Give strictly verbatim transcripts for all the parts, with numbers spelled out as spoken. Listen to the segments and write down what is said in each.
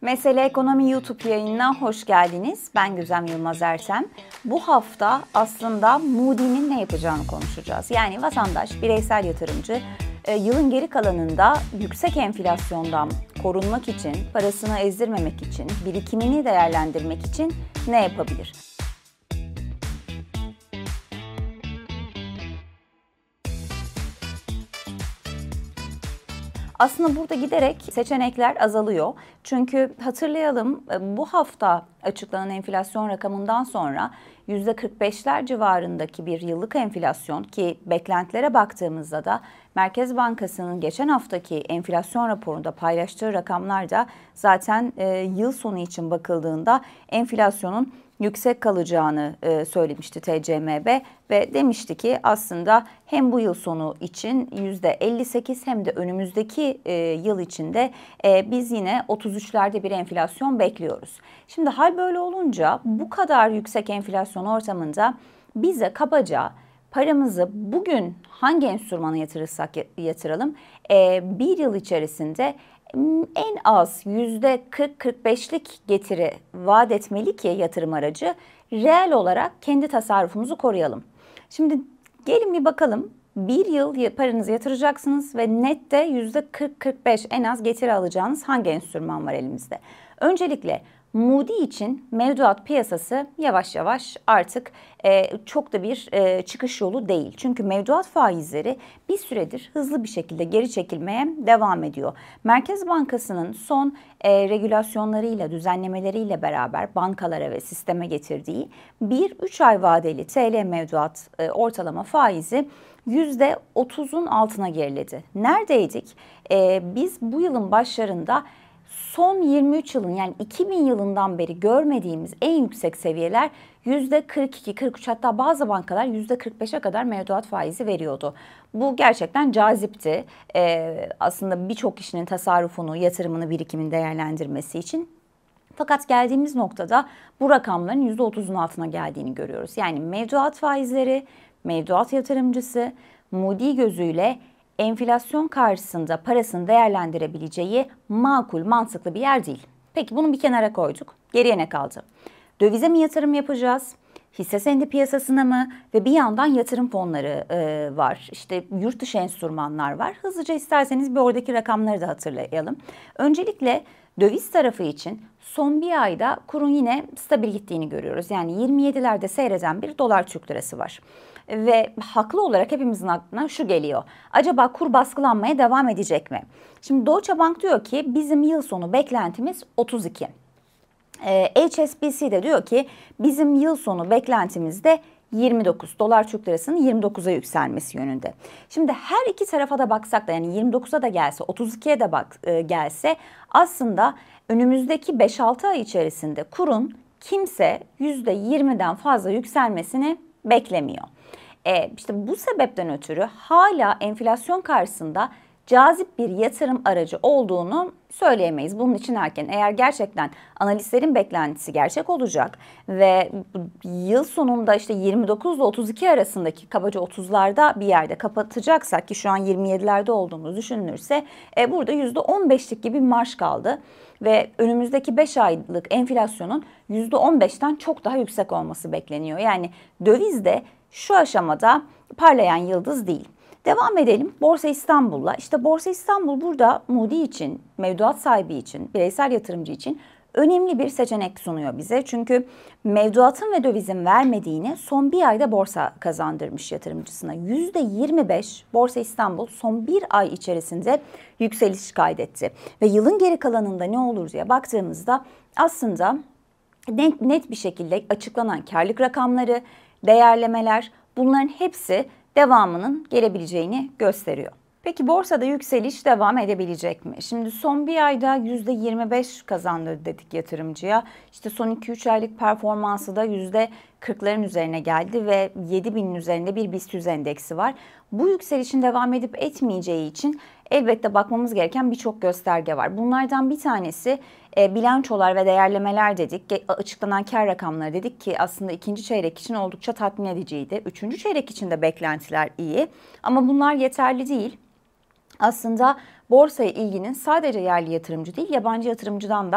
Mesele Ekonomi YouTube yayınına hoş geldiniz. Ben Güzem Yılmaz Ertem. Bu hafta aslında Moody'nin ne yapacağını konuşacağız. Yani vatandaş, bireysel yatırımcı yılın geri kalanında yüksek enflasyondan korunmak için, parasını ezdirmemek için, birikimini değerlendirmek için ne yapabilir? Aslında burada giderek seçenekler azalıyor. Çünkü hatırlayalım, bu hafta açıklanan enflasyon rakamından sonra yüzde kırk beşler civarındaki bir yıllık enflasyon, ki beklentilere baktığımızda da Merkez Bankası'nın geçen haftaki enflasyon raporunda paylaştığı rakamlar da zaten e, yıl sonu için bakıldığında enflasyonun yüksek kalacağını e, söylemişti T C M B ve demişti ki aslında hem bu yıl sonu için yüzde elli sekiz hem de önümüzdeki e, yıl içinde e, biz yine otuz üçlerde bir enflasyon bekliyoruz. Şimdi hal böyle olunca bu kadar yüksek enflasyon ortamında bize kabaca paramızı bugün hangi enstrümana yatırırsak yatıralım e, bir yıl içerisinde en az yüzde kırk kırk beşlik getiri vaat etmeli ki yatırım aracı reel olarak kendi tasarrufumuzu koruyalım. Şimdi gelin bir bakalım, bir yıl paranızı yatıracaksınız ve nette yüzde kırk kırk beş en az getiri alacağınız hangi enstrüman var elimizde? Öncelikle Moody için mevduat piyasası yavaş yavaş artık e, çok da bir e, çıkış yolu değil. Çünkü mevduat faizleri bir süredir hızlı bir şekilde geri çekilmeye devam ediyor. Merkez Bankası'nın son e, regülasyonlarıyla, düzenlemeleriyle beraber bankalara ve sisteme getirdiği bir üç ay vadeli T L mevduat e, ortalama faizi yüzde otuzun altına geriledi. Neredeydik? E, biz bu yılın başlarında son yirmi üç yılın, yani iki bin yılından beri görmediğimiz en yüksek seviyeler yüzde kırk iki kırk üç, hatta bazı bankalar yüzde kırk beşe kadar mevduat faizi veriyordu. Bu gerçekten cazipti. Ee, aslında birçok kişinin tasarrufunu, yatırımını, birikimini değerlendirmesi için. Fakat geldiğimiz noktada bu rakamların yüzde otuzun altına geldiğini görüyoruz. Yani mevduat faizleri, mevduat yatırımcısı Moody gözüyle enflasyon karşısında parasını değerlendirebileceği makul, mantıklı bir yer değil. Peki bunu bir kenara koyduk. Geriye ne kaldı? Dövize mi yatırım yapacağız? Hisse senedi piyasasına mı? Ve bir yandan yatırım fonları e, var. İşte yurt dışı enstrümanlar var. Hızlıca isterseniz bir oradaki rakamları da hatırlayalım. Öncelikle döviz tarafı için son bir ayda kurun yine stabil gittiğini görüyoruz. Yani yirmi yedilerde seyreden bir dolar Türk lirası var. Ve haklı olarak hepimizin aklına şu geliyor: acaba kur baskılanmaya devam edecek mi? Şimdi Deutsche Bank diyor ki bizim yıl sonu beklentimiz otuz iki. Ee, H S B C de diyor ki bizim yıl sonu beklentimiz de yirmi dokuz. Dolar Türk lirasının yirmi dokuza yükselmesi yönünde. Şimdi her iki tarafa da baksak da, yani yirmi dokuza da gelse, otuz ikiye de bak, e, gelse aslında önümüzdeki beş altı ay içerisinde kurun kimse yüzde yirmiden fazla yükselmesini beklemiyor. E, işte bu sebepten ötürü hala enflasyon karşısında cazip bir yatırım aracı olduğunu söyleyemeyiz. Bunun için erken. Eğer gerçekten analistlerin beklentisi gerçek olacak ve yıl sonunda işte yirmi dokuz ile otuz iki arasındaki, kabaca otuzlarda bir yerde kapatacaksak, ki şu an yirmi yedilerde olduğumuz düşünülürse e, burada yüzde on beşlik gibi bir marj kaldı. Ve önümüzdeki beş aylık enflasyonun yüzde on beşten çok daha yüksek olması bekleniyor. Yani döviz de şu aşamada parlayan yıldız değil. Devam edelim Borsa İstanbul'la. İşte Borsa İstanbul burada Moody için, mevduat sahibi için, bireysel yatırımcı için önemli bir seçenek sunuyor bize. Çünkü mevduatın ve dövizin vermediğini son bir ayda borsa kazandırmış yatırımcısına. yüzde yirmi beş Borsa İstanbul son bir ay içerisinde yükseliş kaydetti. Ve yılın geri kalanında ne olur diye baktığımızda aslında net, net bir şekilde açıklanan karlılık rakamları, değerlemeler, bunların hepsi devamının gelebileceğini gösteriyor. Peki borsada yükseliş devam edebilecek mi? Şimdi son bir ayda yüzde yirmi beş kazandı dedik yatırımcıya. İşte son iki üç aylık performansı da yüzde kırkların üzerine geldi ve yedi binin üzerinde bir BIST yüz endeksi var. Bu yükselişin devam edip etmeyeceği için elbette bakmamız gereken birçok gösterge var. Bunlardan bir tanesi e, bilançolar ve değerlemeler dedik. Açıklanan kar rakamları dedik ki aslında ikinci çeyrek için oldukça tatmin ediciydi. Üçüncü çeyrek için de beklentiler iyi ama bunlar yeterli değil. Aslında borsaya ilginin sadece yerli yatırımcı değil, yabancı yatırımcıdan da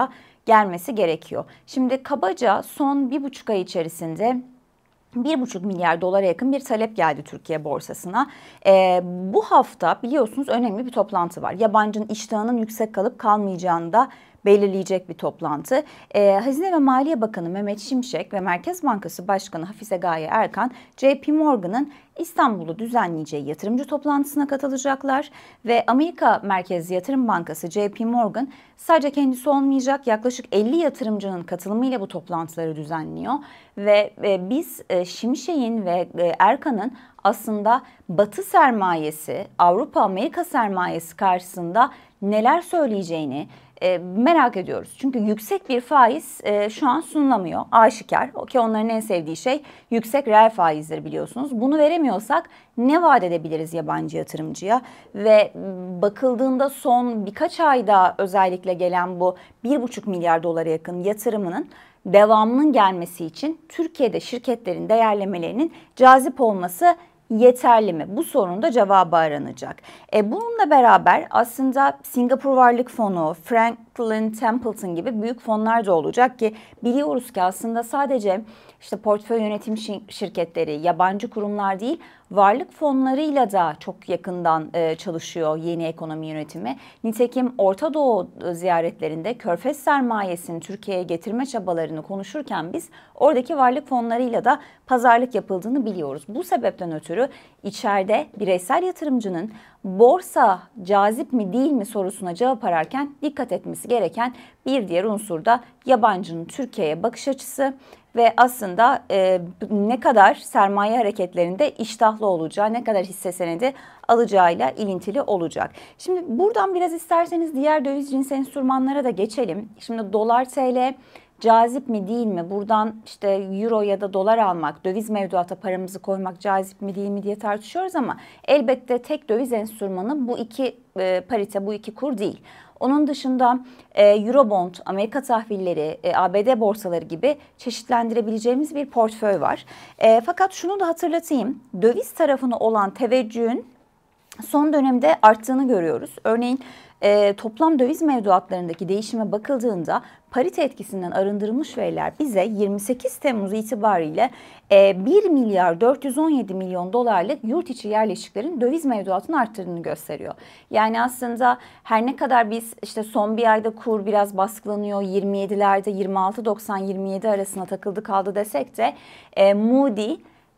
gelmesi gerekiyor. Şimdi kabaca son bir buçuk ay içerisinde bir buçuk milyar dolara yakın bir talep geldi Türkiye borsasına. Ee, bu hafta biliyorsunuz önemli bir toplantı var. Yabancının iştahının yüksek kalıp kalmayacağını da belirleyecek bir toplantı. Ee, Hazine ve Maliye Bakanı Mehmet Şimşek ve Merkez Bankası Başkanı Hafize Gaye Erkan, J P Morgan'ın İstanbul'u düzenleyeceği yatırımcı toplantısına katılacaklar ve Amerika Merkezli Yatırım Bankası J P Morgan sadece kendisi olmayacak, yaklaşık elli yatırımcının katılımıyla bu toplantıları düzenliyor ve e, biz e, Şimşek'in ve e, Erkan'ın aslında Batı sermayesi, Avrupa Amerika sermayesi karşısında neler söyleyeceğini E, merak ediyoruz. Çünkü yüksek bir faiz e, şu an sunulamıyor. Aşikar ki onların en sevdiği şey yüksek reel faizleri biliyorsunuz. Bunu veremiyorsak ne vaat edebiliriz yabancı yatırımcıya? Ve bakıldığında son birkaç ayda özellikle gelen bu bir buçuk milyar dolara yakın yatırımının devamının gelmesi için Türkiye'de şirketlerin değerlemelerinin cazip olması yeterli mi? Bu sorunun da cevabı aranacak. E, bununla beraber aslında Singapur Varlık Fonu, Franklin Templeton gibi büyük fonlar da olacak ki biliyoruz ki aslında sadece işte portföy yönetim şirketleri, yabancı kurumlar değil, varlık fonlarıyla da çok yakından e, çalışıyor yeni ekonomi yönetimi. Nitekim Orta Doğu ziyaretlerinde Körfez sermayesini Türkiye'ye getirme çabalarını konuşurken biz oradaki varlık fonlarıyla da pazarlık yapıldığını biliyoruz. Bu sebepten ötürü içeride bireysel yatırımcının borsa cazip mi değil mi sorusuna cevap ararken dikkat etmesi gereken bir diğer unsur da yabancının Türkiye'ye bakış açısı ve aslında e, ne kadar sermaye hareketlerinde iştahlı olacağı, ne kadar hisse senedi alacağıyla ilintili olacak. Şimdi buradan biraz isterseniz diğer döviz cinsi enstrümanlara da geçelim. Şimdi dolar T L cazip mi değil mi? Buradan işte euro ya da dolar almak, döviz mevduata paramızı koymak cazip mi değil mi diye tartışıyoruz ama elbette tek döviz enstrümanı bu iki e, parite, bu iki kur değil. Onun dışında e, Eurobond, Amerika tahvilleri, e, A B D borsaları gibi çeşitlendirebileceğimiz bir portföy var. E, fakat şunu da hatırlatayım, döviz tarafına olan teveccühün son dönemde arttığını görüyoruz. Örneğin e, toplam döviz mevduatlarındaki değişime bakıldığında parite etkisinden arındırılmış veriler bize yirmi sekiz Temmuz itibariyle e, bir milyar dört yüz on yedi milyon dolarlık yurt içi yerleşiklerin döviz mevduatını arttırdığını gösteriyor. Yani aslında her ne kadar biz işte son bir ayda kur biraz baskılanıyor, yirmi yedilerde yirmi altı doksan yirmi yedi arasına takıldı kaldı desek de e, Moody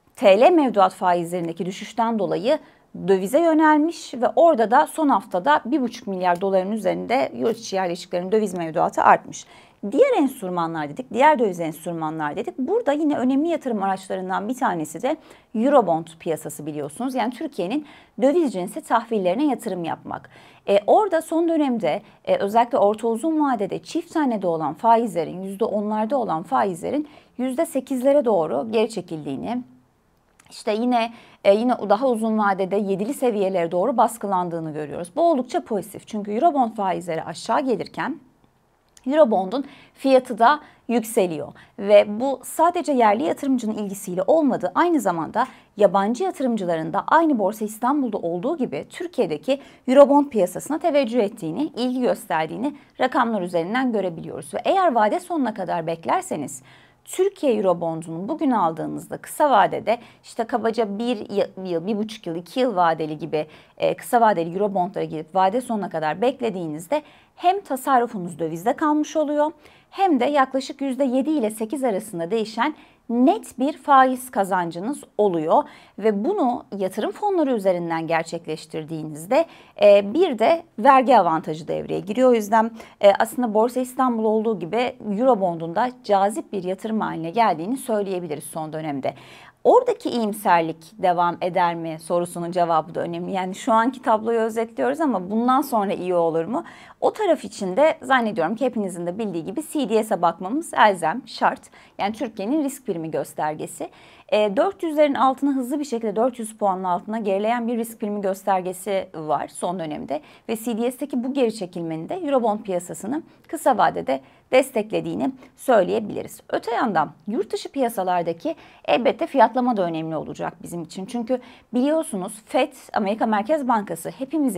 T L mevduat faizlerindeki düşüşten dolayı dövize yönelmiş ve orada da son haftada bir buçuk milyar doların üzerinde yurt içi yerleşiklerin döviz mevduatı artmış. Diğer enstrümanlar dedik, diğer döviz enstrümanlar dedik. Burada yine önemli yatırım araçlarından bir tanesi de Eurobond piyasası biliyorsunuz. Yani Türkiye'nin döviz cinsi tahvillerine yatırım yapmak. E, orada son dönemde e, özellikle orta uzun vadede çift tanede olan faizlerin, yüzde onlarda olan faizlerin yüzde sekizlere doğru geri çekildiğini, İşte yine e, yine daha uzun vadede yedili seviyelere doğru baskılandığını görüyoruz. Bu oldukça pozitif çünkü Eurobond faizleri aşağı gelirken Eurobond'un fiyatı da yükseliyor ve bu sadece yerli yatırımcının ilgisiyle olmadı, aynı zamanda yabancı yatırımcıların da aynı Borsa İstanbul'da olduğu gibi Türkiye'deki Eurobond piyasasına teveccüh ettiğini, ilgi gösterdiğini rakamlar üzerinden görebiliyoruz ve eğer vade sonuna kadar beklerseniz Türkiye Eurobond'unu bugün aldığınızda kısa vadede işte kabaca bir yıl, bir buçuk yıl, iki yıl vadeli gibi e, kısa vadeli Eurobond'lara girip vade sonuna kadar beklediğinizde hem tasarrufunuz dövizde kalmış oluyor hem de yaklaşık yüzde yedi ile sekiz arasında değişen net bir faiz kazancınız oluyor ve bunu yatırım fonları üzerinden gerçekleştirdiğinizde e, bir de vergi avantajı devreye giriyor. O yüzden e, aslında Borsa İstanbul olduğu gibi Eurobond'un da cazip bir yatırım haline geldiğini söyleyebiliriz son dönemde. Oradaki iyimserlik devam eder mi sorusunun cevabı da önemli. Yani şu anki tabloyu özetliyoruz ama bundan sonra iyi olur mu? O taraf için de zannediyorum ki hepinizin de bildiği gibi C D S'e bakmamız elzem, şart. Yani Türkiye'nin risk primi göstergesi. E, dört yüzlerin altına hızlı bir şekilde dört yüz puanın altına gerileyen bir risk primi göstergesi var son dönemde. Ve C D S'teki bu geri çekilmenin de Eurobond piyasasını kısa vadede desteklediğini söyleyebiliriz. Öte yandan yurt dışı piyasalardaki elbette fiyatlama da önemli olacak bizim için. Çünkü biliyorsunuz F E D, Amerika Merkez Bankası hepimizin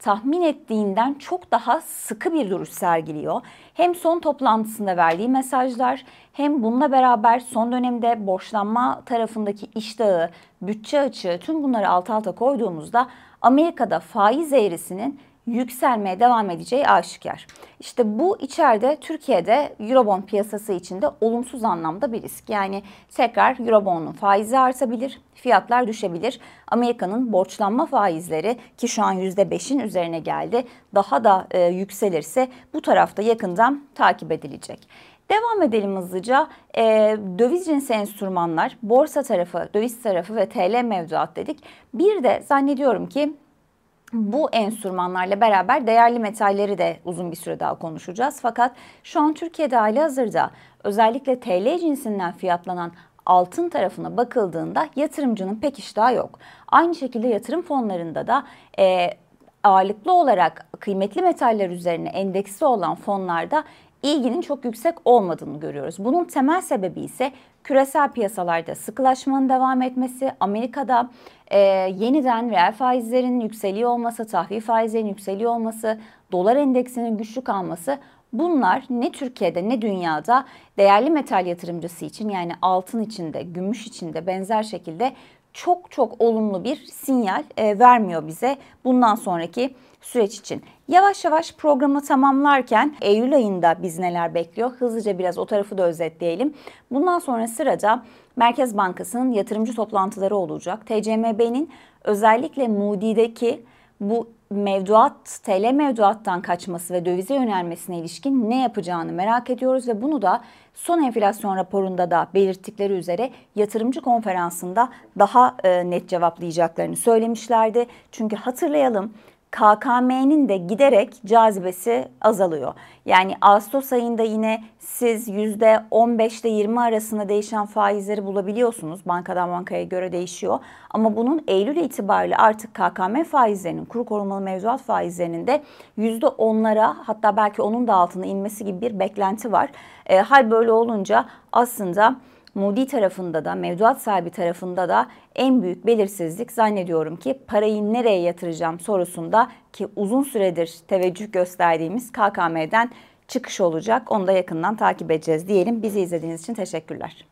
tahmin ettiğinden çok daha sıkı bir duruş sergiliyor. Hem son toplantısında verdiği mesajlar hem bununla beraber son dönemde borçlanma tarafındaki iştahı, bütçe açığı, tüm bunları alt alta koyduğumuzda Amerika'da faiz eğrisinin yükselmeye devam edeceği aşikar. İşte bu içeride Türkiye'de Eurobond piyasası içinde olumsuz anlamda bir risk. Yani tekrar Eurobond'un faizi artabilir, fiyatlar düşebilir. Amerika'nın borçlanma faizleri ki şu an yüzde beşin üzerine geldi, daha da e, yükselirse bu tarafta yakından takip edilecek. Devam edelim hızlıca. E, döviz cinsi enstrümanlar, borsa tarafı, döviz tarafı ve T L mevduat dedik. Bir de zannediyorum ki bu enstrümanlarla beraber değerli metalleri de uzun bir süre daha konuşacağız. Fakat şu an Türkiye'de halihazırda özellikle T L cinsinden fiyatlanan altın tarafına bakıldığında yatırımcının pek iştahı yok. Aynı şekilde yatırım fonlarında da e, ağırlıklı olarak kıymetli metaller üzerine endeksli olan fonlarda ilginin çok yüksek olmadığını görüyoruz. Bunun temel sebebi ise küresel piyasalarda sıkılaşmanın devam etmesi, Amerika'da e, yeniden reel faizlerin yükseliyor olması, tahvil faizlerin yükseliyor olması, dolar endeksinin güçlü kalması. Bunlar ne Türkiye'de ne dünyada değerli metal yatırımcısı için, yani altın içinde, gümüş içinde benzer şekilde çok çok olumlu bir sinyal e, vermiyor bize bundan sonraki süreç için. Yavaş yavaş programı tamamlarken Eylül ayında biz neler bekliyor? Hızlıca biraz o tarafı da özetleyelim. Bundan sonra sırada Merkez Bankası'nın yatırımcı toplantıları olacak. T C M B'nin özellikle Moody'deki bu mevduat, T L mevduattan kaçması ve dövize yönelmesine ilişkin ne yapacağını merak ediyoruz ve bunu da son enflasyon raporunda da belirttikleri üzere yatırımcı konferansında daha e, net cevaplayacaklarını söylemişlerdi. Çünkü hatırlayalım, K K M'nin de giderek cazibesi azalıyor. Yani Ağustos ayında yine siz yüzde on beş ile yirmi arasında değişen faizleri bulabiliyorsunuz. Bankadan bankaya göre değişiyor. Ama bunun Eylül itibariyle artık K K M faizlerinin, kuru korumalı mevduat faizlerinin de yüzde onlara, hatta belki onun da altına inmesi gibi bir beklenti var. E, hal böyle olunca aslında Moody tarafında da, mevduat sahibi tarafında da en büyük belirsizlik zannediyorum ki parayı nereye yatıracağım sorusunda, ki uzun süredir teveccüh gösterdiğimiz K K M'den çıkış olacak. Onu da yakından takip edeceğiz diyelim. Bizi izlediğiniz için teşekkürler.